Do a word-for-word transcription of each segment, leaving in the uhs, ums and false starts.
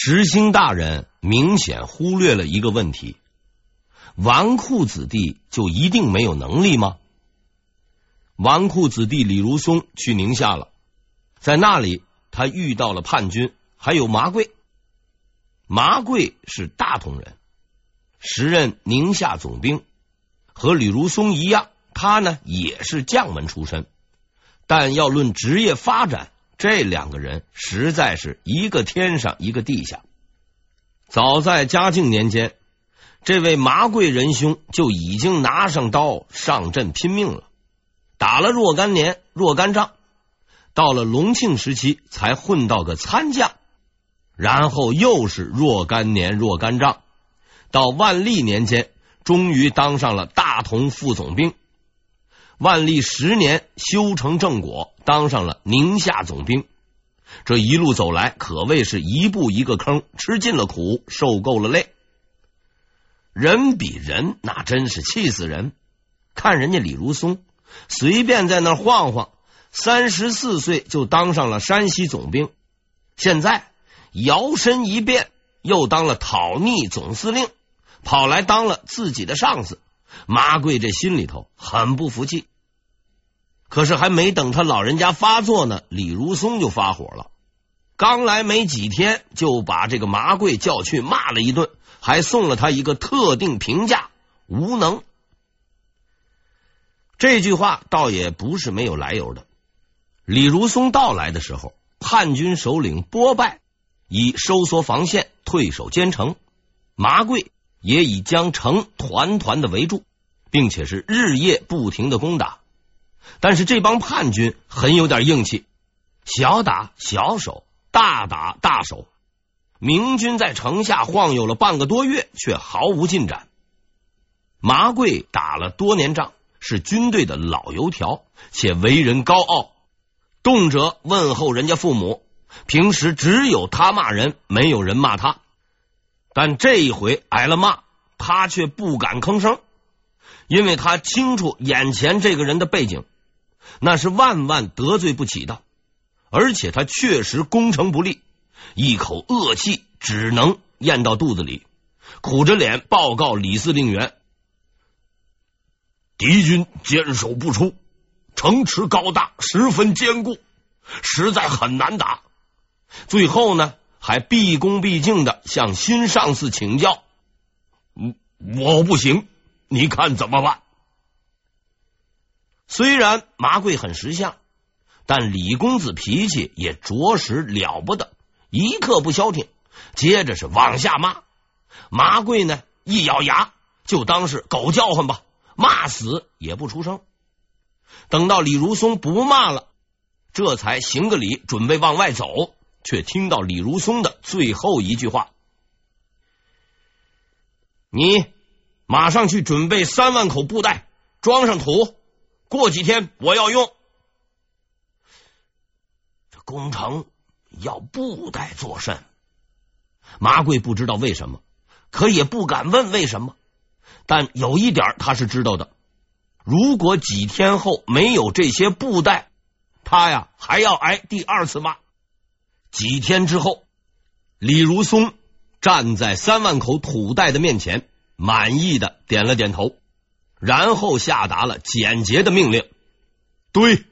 石兴大人明显忽略了一个问题：纨绔子弟就一定没有能力吗？纨绔子弟李如松去宁夏了，在那里他遇到了叛军，还有麻贵。麻贵是大同人，时任宁夏总兵，和李如松一样，他呢也是将门出身，但要论职业发展，这两个人实在是一个天上一个地下。早在嘉靖年间，这位麻贵仁兄就已经拿上刀上阵拼命了，打了若干年若干仗，到了隆庆时期才混到个参将，然后又是若干年若干仗，到万历年间终于当上了大同副总兵。万历十年修成正果，当上了宁夏总兵。这一路走来，可谓是一步一个坑，吃尽了苦，受够了累。人比人，那真是气死人。看人家李如松随便在那晃晃，三十四岁就当上了山西总兵，现在摇身一变又当了讨逆总司令，跑来当了自己的上司。麻贵这心里头很不服气，可是还没等他老人家发作呢，李如松就发火了。刚来没几天，就把这个麻贵叫去骂了一顿，还送了他一个特定评价：无能。这句话倒也不是没有来由的。李如松到来的时候，叛军首领波拜以收缩防线，退守坚城，麻贵也已将城团团的围住，并且是日夜不停的攻打。但是这帮叛军很有点硬气，小打小守，大打大守。明军在城下晃悠了半个多月，却毫无进展。麻贵打了多年仗，是军队的老油条，且为人高傲，动辄问候人家父母，平时只有他骂人，没有人骂他。但这一回挨了骂，他却不敢吭声，因为他清楚眼前这个人的背景，那是万万得罪不起的，而且他确实攻城不利，一口恶气只能咽到肚子里，苦着脸报告李司令员：敌军坚守不出，城池高大，十分坚固，实在很难打。最后呢，还毕恭毕敬的向新上司请教：嗯，我不行，你看怎么办？虽然麻贵很识相，但李公子脾气也着实了不得，一刻不消停，接着是往下骂。麻贵呢，一咬牙就当是狗叫唤吧，骂死也不出声。等到李如松不骂了，这才行个礼，准备往外走，却听到李如松的最后一句话：你马上去准备三万口布袋，装上土，过几天我要用。这攻城要布袋作甚？麻贵不知道为什么，可也不敢问为什么，但有一点他是知道的，如果几天后没有这些布袋，他呀还要挨第二次骂。几天之后，李如松站在三万口土袋的面前，满意的点了点头，然后下达了简洁的命令：对。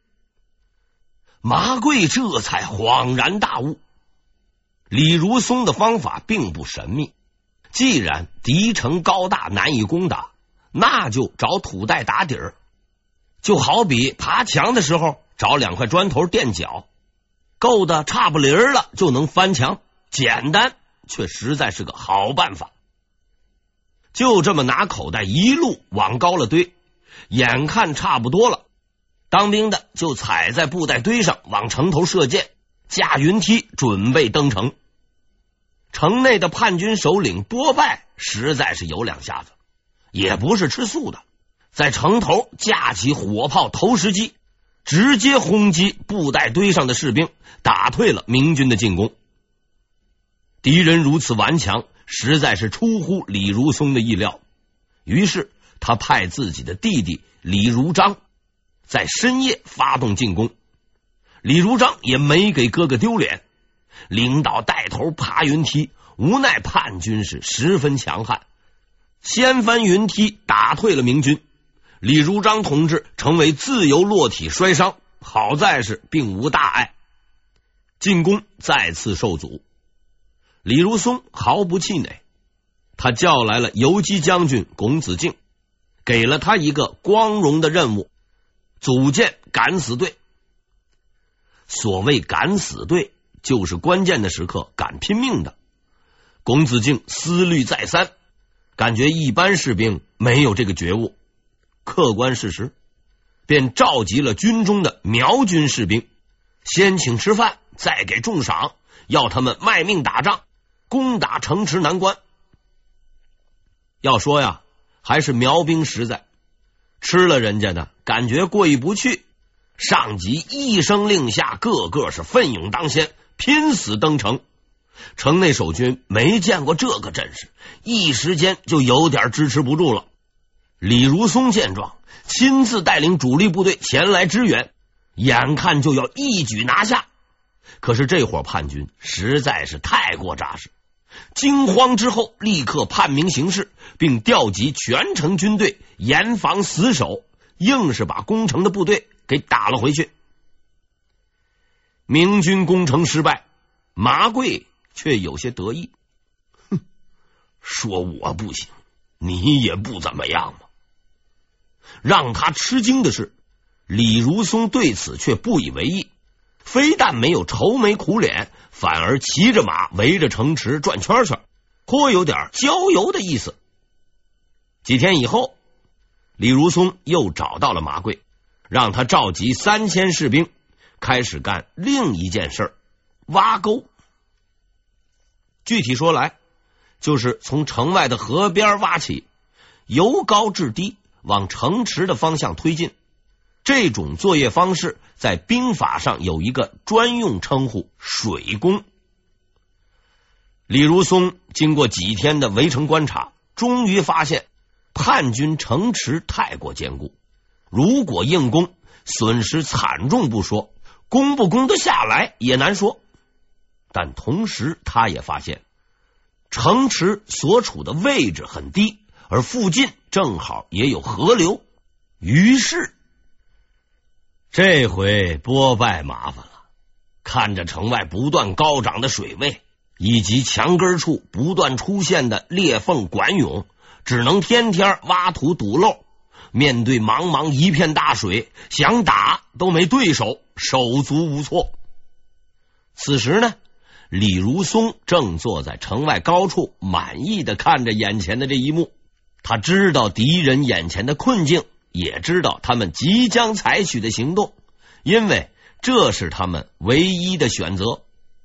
麻贵这才恍然大悟，李如松的方法并不神秘，既然敌城高大难以攻打，那就找土袋打底儿，就好比爬墙的时候找两块砖头垫脚，够的差不离儿了就能翻墙，简单却实在是个好办法。就这么拿口袋一路往高了堆，眼看差不多了，当兵的就踩在布袋堆上往城头射箭，架云梯准备登城。城内的叛军首领波拜实在是有两下子，也不是吃素的，在城头架起火炮投石机，直接轰击布袋堆上的士兵，打退了明军的进攻。敌人如此顽强，实在是出乎李如松的意料，于是他派自己的弟弟李如章在深夜发动进攻。李如章也没给哥哥丢脸， 领导带头爬云梯，无奈叛军是十分强悍，掀翻云梯打退了明军，李如章同志成为自由落体摔伤，好在是并无大碍，进攻再次受阻。李如松毫不气馁，他叫来了游击将军龚子敬，给了他一个光荣的任务，组建敢死队。所谓敢死队，就是关键的时刻敢拼命的。龚子敬思虑再三，感觉一般士兵没有这个觉悟，客观事实，便召集了军中的苗军士兵，先请吃饭，再给重赏，要他们卖命打仗，攻打城池难关。要说呀，还是苗兵实在，吃了人家的感觉过意不去，上级一声令下，个个是奋勇当先，拼死登城。城内守军没见过这个阵势，一时间就有点支持不住了。李如松见状，亲自带领主力部队前来支援，眼看就要一举拿下。可是这伙叛军实在是太过扎实，惊慌之后立刻判明形势，并调集全城军队严防死守，硬是把攻城的部队给打了回去。明军攻城失败，麻贵却有些得意，哼，说我不行，你也不怎么样嘛。让他吃惊的是，李如松对此却不以为意，非但没有愁眉苦脸，反而骑着马围着城池转圈圈，颇有点郊游的意思。几天以后，李如松又找到了麻贵，让他召集三千士兵，开始干另一件事——挖沟。具体说来，就是从城外的河边挖起，由高至低往城池的方向推进。这种作业方式在兵法上有一个专用称呼——水攻。李如松经过几天的围城观察，终于发现叛军城池太过坚固，如果硬攻，损失惨重不说，攻不攻得下来也难说。但同时他也发现，城池所处的位置很低，而附近正好也有河流，于是这回多拜麻烦了。看着城外不断高涨的水位，以及墙根处不断出现的裂缝管涌，只能天天挖土堵漏。面对茫茫一片大水，想打都没对手，手足无措。此时呢，李如松正坐在城外高处，满意的看着眼前的这一幕。他知道敌人眼前的困境，也知道他们即将采取的行动，因为这是他们唯一的选择。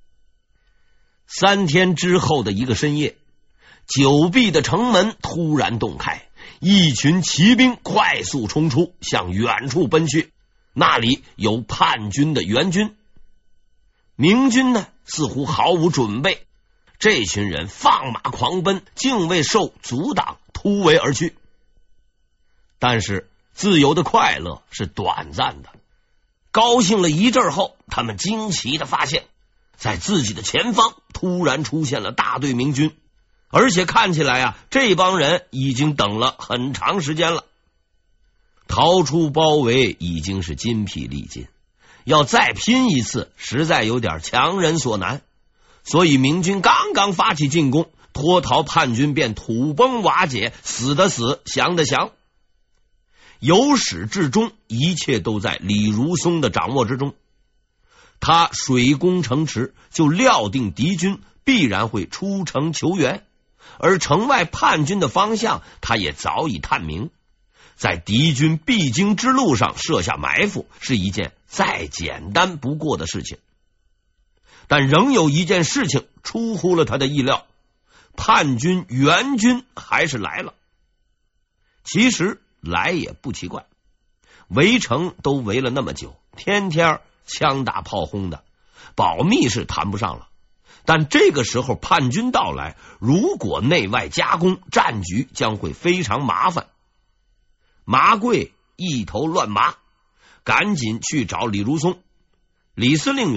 三天之后的一个深夜，久闭的城门突然洞开，一群骑兵快速冲出，向远处奔去。那里有叛军的援军。明军呢，似乎毫无准备，这群人放马狂奔，竟未受阻挡，突围而去。但是自由的快乐是短暂的，高兴了一阵后，他们惊奇的发现，在自己的前方突然出现了大队明军，而且看起来啊，这帮人已经等了很长时间了。逃出包围已经是筋疲力尽，要再拼一次实在有点强人所难，所以明军刚刚发起进攻，脱逃叛军便土崩瓦解，死的死，降的降。由始至终，一切都在李如松的掌握之中。他水攻城池，就料定敌军必然会出城求援，而城外叛军的方向他也早已探明，在敌军必经之路上设下埋伏，是一件再简单不过的事情。但仍有一件事情出乎了他的意料，叛军援军还是来了。其实来也不奇怪，围城都围了那么久，天天枪打炮轰的，保密是谈不上了。但这个时候叛军到来，如果内外夹攻，战局将会非常麻烦。麻贵一头乱麻，赶紧去找李如松。李司令员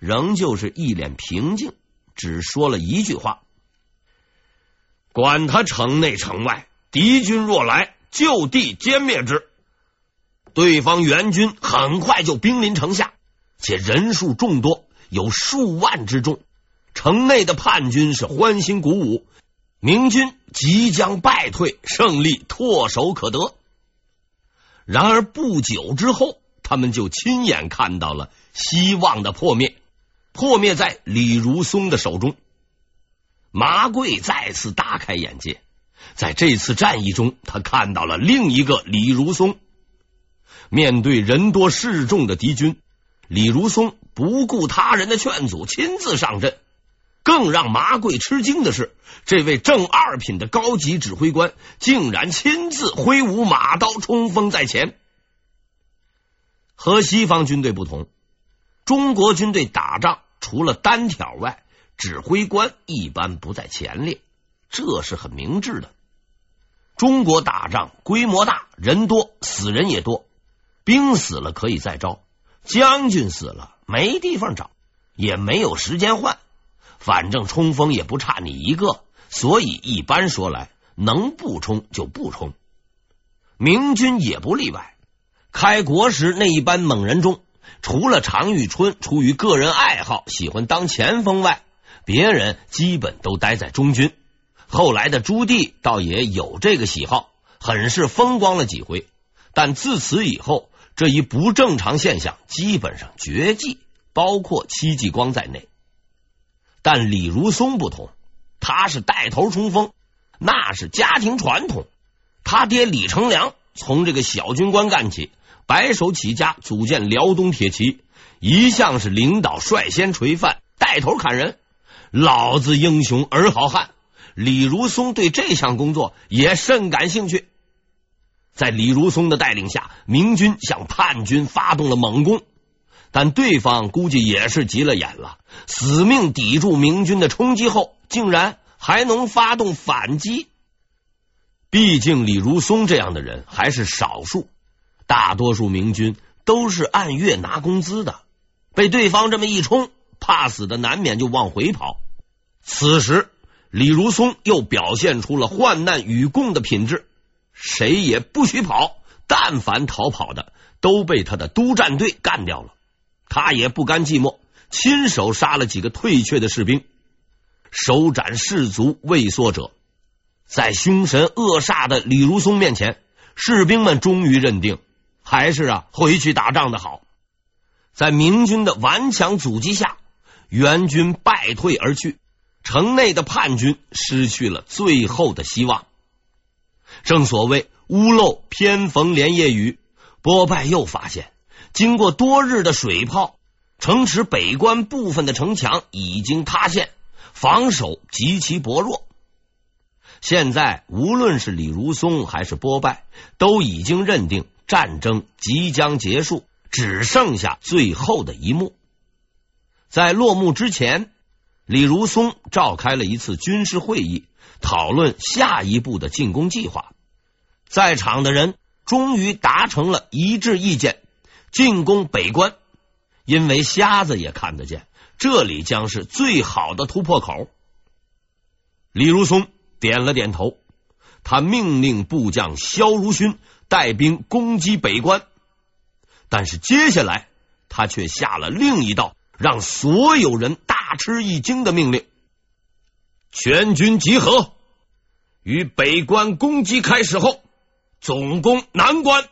仍旧是一脸平静，只说了一句话：管他城内城外，敌军若来，就地歼灭之。对方援军很快就兵临城下，且人数众多，有数万之众。城内的叛军是欢欣鼓舞，明军即将败退，胜利唾手可得。然而不久之后，他们就亲眼看到了希望的破灭，破灭在李如松的手中。麻贵再次大开眼界，在这次战役中，他看到了另一个李如松。面对人多势众的敌军，李如松不顾他人的劝阻，亲自上阵。更让麻贵吃惊的是，这位正二品的高级指挥官竟然亲自挥舞马刀冲锋在前。和西方军队不同，中国军队打仗除了单挑外，指挥官一般不在前列，这是很明智的。中国打仗规模大，人多，死人也多，兵死了可以再招，将军死了没地方找，也没有时间换，反正冲锋也不差你一个，所以一般说来，能不冲就不冲。明军也不例外，开国时那一班猛人中，除了常遇春出于个人爱好喜欢当前锋外，别人基本都待在中军。后来的朱棣倒也有这个喜好，很是风光了几回，但自此以后，这一不正常现象基本上绝迹，包括戚继光在内。但李如松不同，他是带头冲锋，那是家庭传统。他爹李成梁从这个小军官干起，白手起家组建辽东铁骑，一向是领导率先垂范，带头砍人。老子英雄儿好汉，李如松对这项工作也甚感兴趣。在李如松的带领下，明军向叛军发动了猛攻，但对方估计也是急了眼了，死命抵住明军的冲击后，竟然还能发动反击。毕竟李如松这样的人还是少数，大多数明军都是按月拿工资的，被对方这么一冲，怕死的难免就往回跑。此时李如松又表现出了患难与共的品质，谁也不许跑，但凡逃跑的都被他的督战队干掉了。他也不甘寂寞，亲手杀了几个退却的士兵，手斩士卒畏缩者。在凶神恶煞的李如松面前，士兵们终于认定，还是啊回去打仗的好。在明军的顽强阻击下，援军败退而去，城内的叛军失去了最后的希望。正所谓屋漏偏逢连夜雨，波拜又发现，经过多日的水泡，城池北关部分的城墙已经塌陷，防守极其薄弱。现在无论是李如松还是波拜，都已经认定战争即将结束，只剩下最后的一幕。在落幕之前，李如松召开了一次军事会议，讨论下一步的进攻计划。在场的人终于达成了一致意见，进攻北关，因为瞎子也看得见，这里将是最好的突破口。李如松点了点头，他命令部将萧如勋带兵攻击北关，但是接下来他却下了另一道让所有人大吃一惊的命令：全军集合，于北关攻击开始后，总攻南关。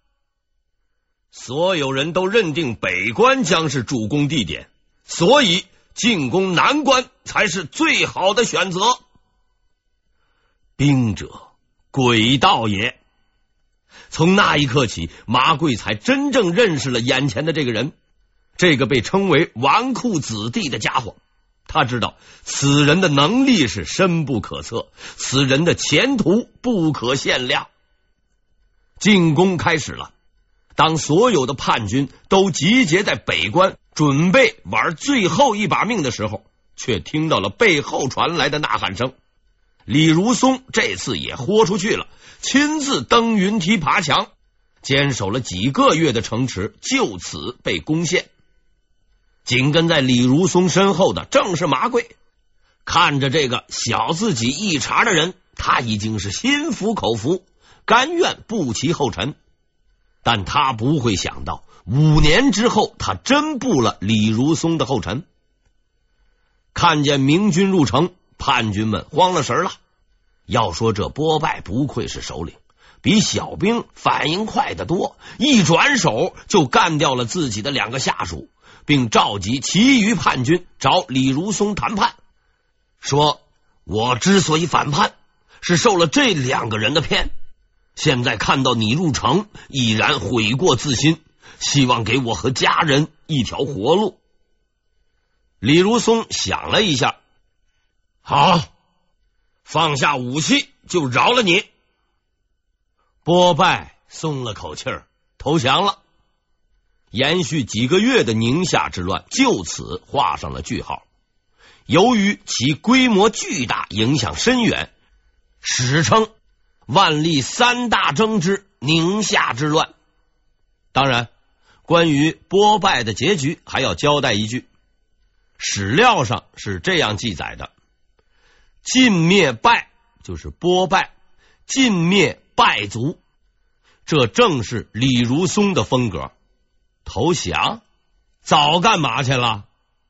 所有人都认定北关将是主攻地点，所以进攻南关才是最好的选择。兵者，诡道也。从那一刻起，麻贵才真正认识了眼前的这个人，这个被称为纨绔子弟的家伙。他知道此人的能力是深不可测，此人的前途不可限量。进攻开始了，当所有的叛军都集结在北关，准备玩最后一把命的时候，却听到了背后传来的呐喊声。李如松这次也豁出去了，亲自登云梯爬墙，坚守了几个月的城池就此被攻陷。 紧跟在李如松身后的正是马贵。看着这个小自己一茬的人，他已经是心服口服，甘愿步其后尘。但他不会想到，五年之后，他真步了李如松的后尘。看见明军入城，叛军们慌了神了。要说这波拜不愧是首领，比小兵反应快得多，一转手就干掉了自己的两个下属，并召集其余叛军找李如松谈判，说我之所以反叛，是受了这两个人的骗，现在看到你入城，毅然悔过自新，希望给我和家人一条活路。李如松想了一下，好，放下武器就饶了你。波拜松了口气儿，投降了。延续几个月的宁夏之乱就此画上了句号。由于其规模巨大，影响深远，史称万历三大征之宁夏之乱。当然，关于波拜的结局还要交代一句，史料上是这样记载的：尽灭拜，就是波拜，尽灭拜族。这正是李如松的风格。投降？早干嘛去了？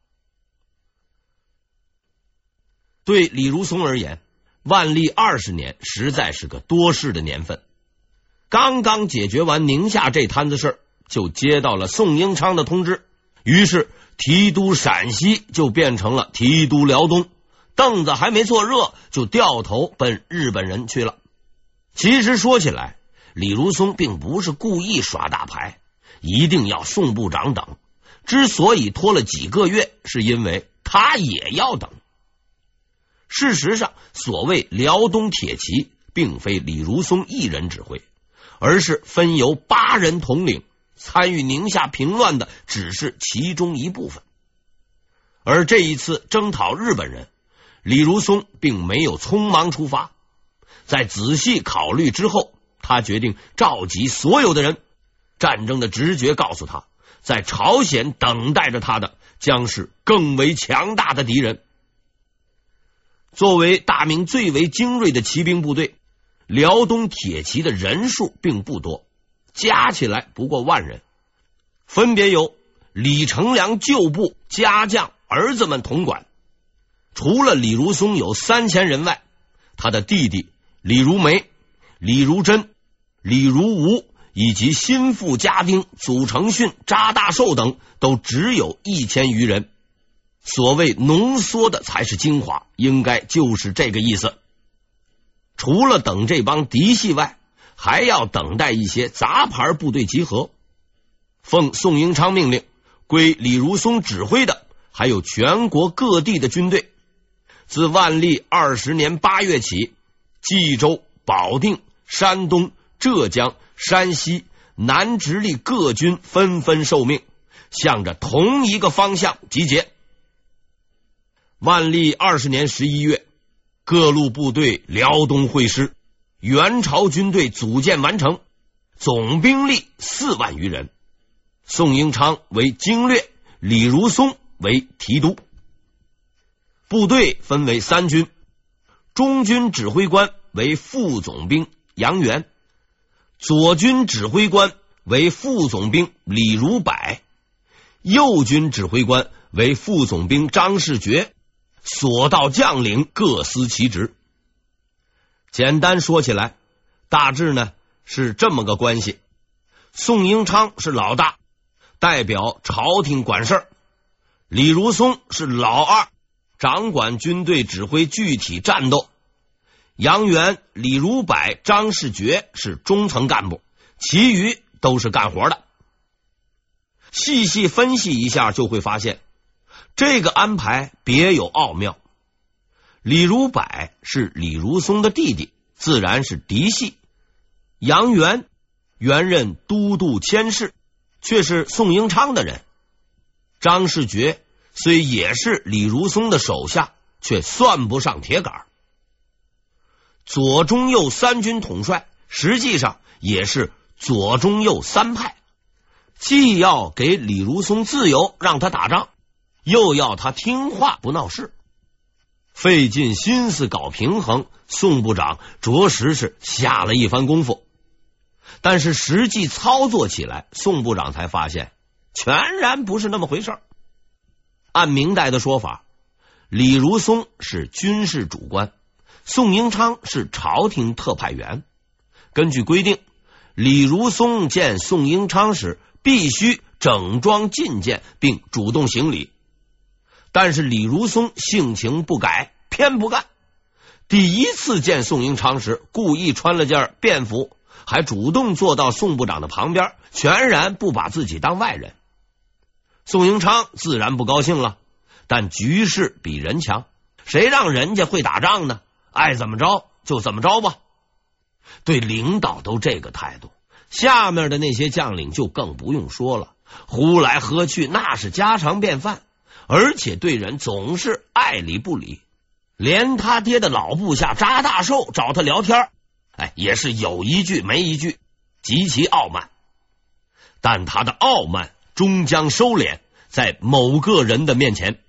对李如松而言，万历二十年实在是个多事的年份。刚刚解决完宁夏这摊子事，就接到了宋英昌的通知，于是提督陕西就变成了提督辽东，凳子还没坐热，就掉头奔日本人去了。其实说起来，李如松并不是故意耍大牌，一定要宋部长等。之所以拖了几个月，是因为他也要等。事实上，所谓辽东铁骑并非李如松一人指挥，而是分由八人统领，参与宁夏平乱的只是其中一部分。而这一次征讨日本人，李如松并没有匆忙出发，在仔细考虑之后，他决定召集所有的人。战争的直觉告诉他，在朝鲜等待着他的将是更为强大的敌人。作为大明最为精锐的骑兵部队，辽东铁骑的人数并不多，加起来不过万人，分别由李成梁旧部家将儿子们统管。除了李如松有三千人外，他的弟弟李如梅、李如珍、李如吴以及心腹家丁祖承训、查大寿等都只有一千余人。所谓浓缩的才是精华，应该就是这个意思。除了等这帮嫡系外，还要等待一些杂牌部队集合。奉宋英昌命令，归李如松指挥的还有全国各地的军队。自万历二十年八月起，冀州、保定、山东、浙江、山西、南直隶各军纷纷受命，向着同一个方向集结。万历二十年十一月，各路部队辽东会师，元朝军队组建完成，总兵力四万余人。宋英昌为经略，李如松为提督。部队分为三军，中军指挥官为副总兵杨元，左军指挥官为副总兵李如柏，右军指挥官为副总兵张世觉，所到将领各司其职。简单说起来，大致呢是这么个关系：宋英昌是老大，代表朝廷管事儿；李如松是老二，掌管军队指挥具体战斗；杨元、李如柏、张世觉是中层干部，其余都是干活的。细细分析一下，就会发现这个安排别有奥妙。李如柏是李如松的弟弟，自然是嫡系。杨元原任都督佥事，却是宋英昌的人。张世觉虽也是李如松的手下，却算不上铁杆。左中右三军统帅实际上也是左中右三派，既要给李如松自由让他打仗， 又要他听话不闹事，费尽心思搞平衡，宋部长着实是下了一番功夫。但是实际操作起来，宋部长才发现全然不是那么回事儿。按明代的说法，李如松是军事主官，宋英昌是朝廷特派员。根据规定，李如松见宋英昌时必须整装觐见并主动行礼，但是李如松性情不改，偏不干。第一次见宋英昌时，故意穿了件便服，还主动坐到宋部长的旁边，全然不把自己当外人。宋英昌自然不高兴了，但局势比人强，谁让人家会打仗呢？爱怎么着就怎么着吧。对领导都这个态度，下面的那些将领就更不用说了，呼来喝去那是家常便饭，而且对人总是爱理不理。连他爹的老部下查大寿找他聊天，哎，也是有一句没一句，极其傲慢。但他的傲慢终将收敛在某个人的面前。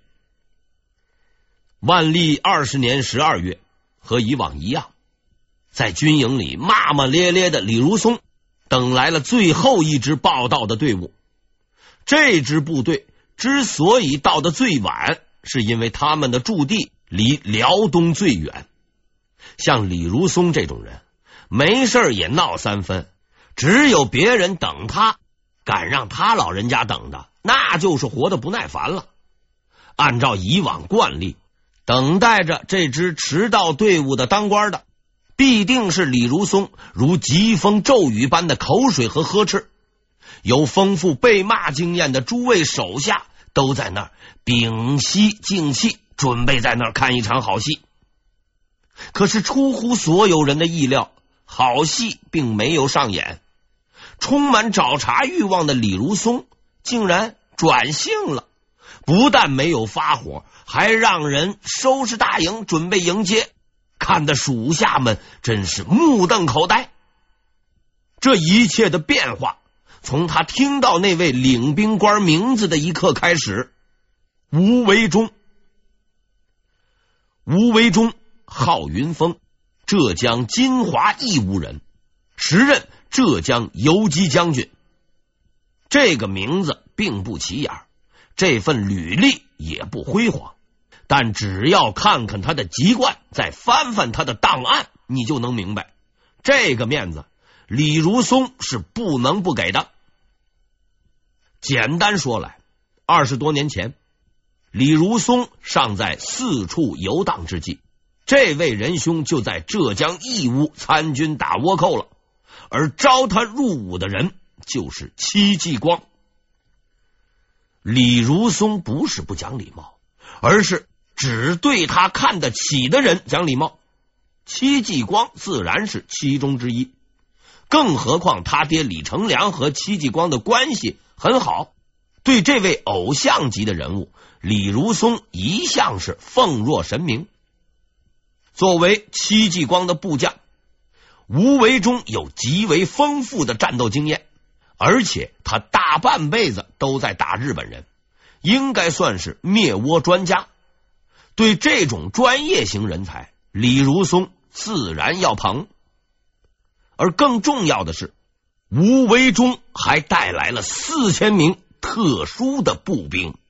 万历二十年十二月，和以往一样，在军营里骂骂咧咧的李如松等来了最后一支报到的队伍。这支部队之所以到得最晚，是因为他们的驻地离辽东最远。像李如松这种人，没事也闹三分，只有别人等他，敢让他老人家等的，那就是活得不耐烦了。按照以往惯例，等待着这支迟到队伍的当官的，必定是李如松如疾风骤雨般的口水和呵斥。有丰富被骂经验的诸位手下都在那儿屏息静气，准备在那儿看一场好戏。可是出乎所有人的意料，好戏并没有上演。充满找茬欲望的李如松竟然转性了，不但没有发火，还让人收拾大营准备迎接，看得属下们真是目瞪口呆。这一切的变化，从他听到那位领兵官名字的一刻开始。吴维忠。吴维忠号云峰，浙江金华义乌人，时任浙江游击将军。这个名字并不起眼，这份履历也不辉煌，但只要看看他的籍贯，再翻翻他的档案，你就能明白，这个面子李如松是不能不给的。简单说来，二十多年前，李如松尚在四处游荡之际，这位仁兄就在浙江义乌参军打倭寇了，而招他入伍的人就是戚继光。李如松不是不讲礼貌，而是只对他看得起的人讲礼貌。戚继光自然是其中之一，更何况他爹李成梁和戚继光的关系很好，对这位偶像级的人物，李如松一向是奉若神明。作为戚继光的部将，吴维忠有极为丰富的战斗经验，而且他大半辈子都在打日本人，应该算是灭倭专家。对这种专业型人才，李如松自然要捧。而更重要的是，吴维忠还带来了四千名特殊的步兵。